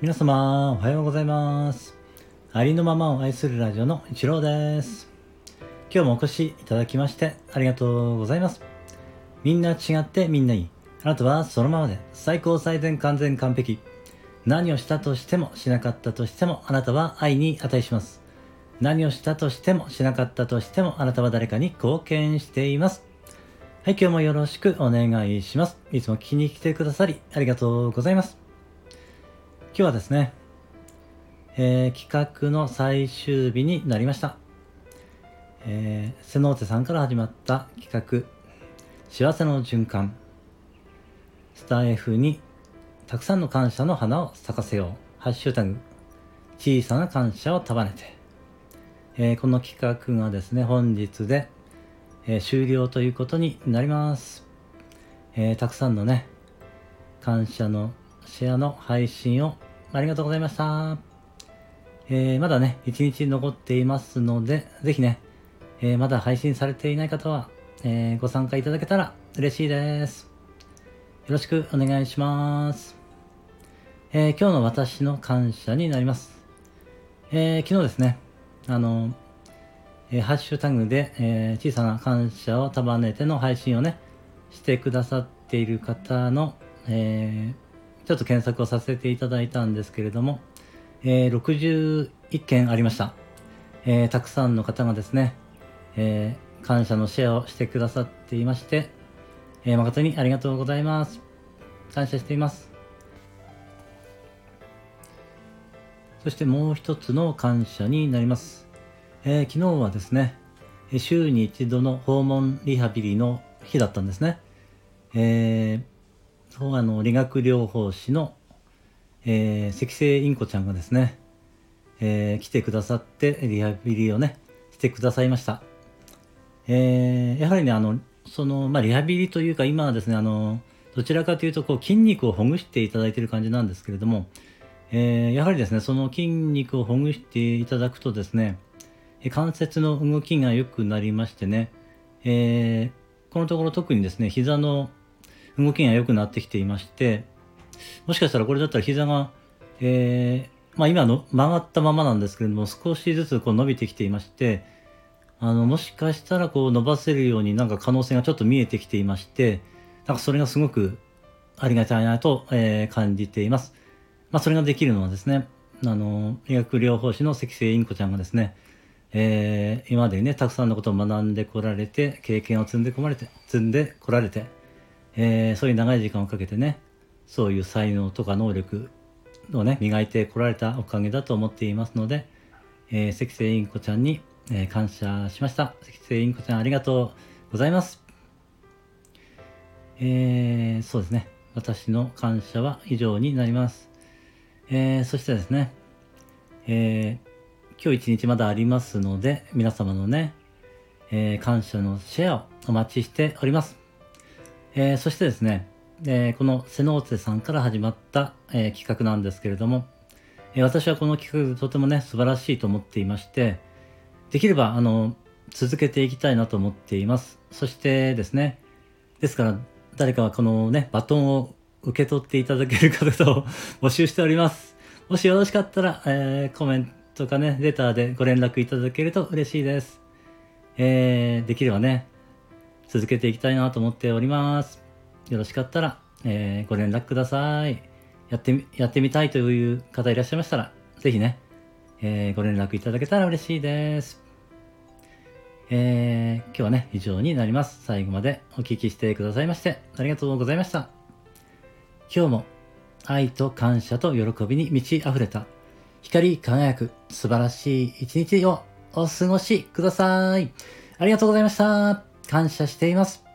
皆様おはようございます。ありのままを愛するラジオの一郎です。今日もお越しいただきましてありがとうございます。みんな違ってみんないい。あなたはそのままで最高最善完全完璧。何をしたとしてもしなかったとしてもあなたは愛に値します。何をしたとしてもしなかったとしてもあなたは誰かに貢献しています。はい、今日もよろしくお願いします。いつも聞きに来てくださりありがとうございます。今日はですね、企画の最終日になりました。セノーテさんから始まった企画、幸せの循環。スタイフにたくさんの感謝の花を咲かせよう。ハッシュタグ、小さな感謝を束ねて。この企画がですね、本日で、終了ということになります。たくさんのね、感謝のシェアの配信をありがとうございました。まだね、1日残っていますので、ぜひね、まだ配信されていない方は、ご参加いただけたら嬉しいです。よろしくお願いします。今日の私の感謝になります。昨日ですね、ハッシュタグで、小さな感謝を束ねての配信をね、してくださっている方の、ちょっと検索をさせていただいたんですけれども、61件ありました。たくさんの方がですね、感謝のシェアをしてくださっていまして、誠にありがとうございます。感謝しています。そしてもう一つの感謝になります。昨日はですね、週に一度の訪問リハビリの日だったんですね。理学療法士の、関瀬インコちゃんがですね、来てくださってリハビリをねしてくださいました。やはりねリハビリというか今はですねどちらかというとこう筋肉をほぐしていただいている感じなんですけれども、やはりですねその筋肉をほぐしていただくとですね関節の動きが良くなりましてね、このところ特にですね膝の動きが良くなってきていまして、もしかしたらこれだったら膝が、今の曲がったままなんですけれども少しずつこう伸びてきていまして、もしかしたらこう伸ばせるようになんか可能性がちょっと見えてきていまして、なんかそれがすごくありがたいなと、感じています。それができるのはですね、医学療法士の関瀬インコちゃんがですね、今までにねたくさんのことを学んでこられて経験を積んでこられて、そういう長い時間をかけてねそういう才能とか能力をね磨いてこられたおかげだと思っていますので、関瀬インコちゃんに、感謝しました。関瀬インコちゃんありがとうございます。そうですね、私の感謝は以上になります。そしてですね、今日一日まだありますので皆様のね、感謝のシェアをお待ちしております。そしてですね、このセノーツェさんから始まった、企画なんですけれども、私はこの企画とてもね素晴らしいと思っていまして、できれば続けていきたいなと思っています。そしてですね、ですから誰かはこのねバトンを受け取っていただける方を募集しております。もしよろしかったら、コメントかねレターでご連絡いただけると嬉しいです。できればね続けていきたいなと思っております。よろしかったら、ご連絡ください。やってみたいという方いらっしゃいましたら、ぜひね、ご連絡いただけたら嬉しいです。今日はね、以上になります。最後までお聞きしてくださいまして、ありがとうございました。今日も愛と感謝と喜びに満ち溢れた、光り輝く素晴らしい一日をお過ごしください。ありがとうございました。感謝しています。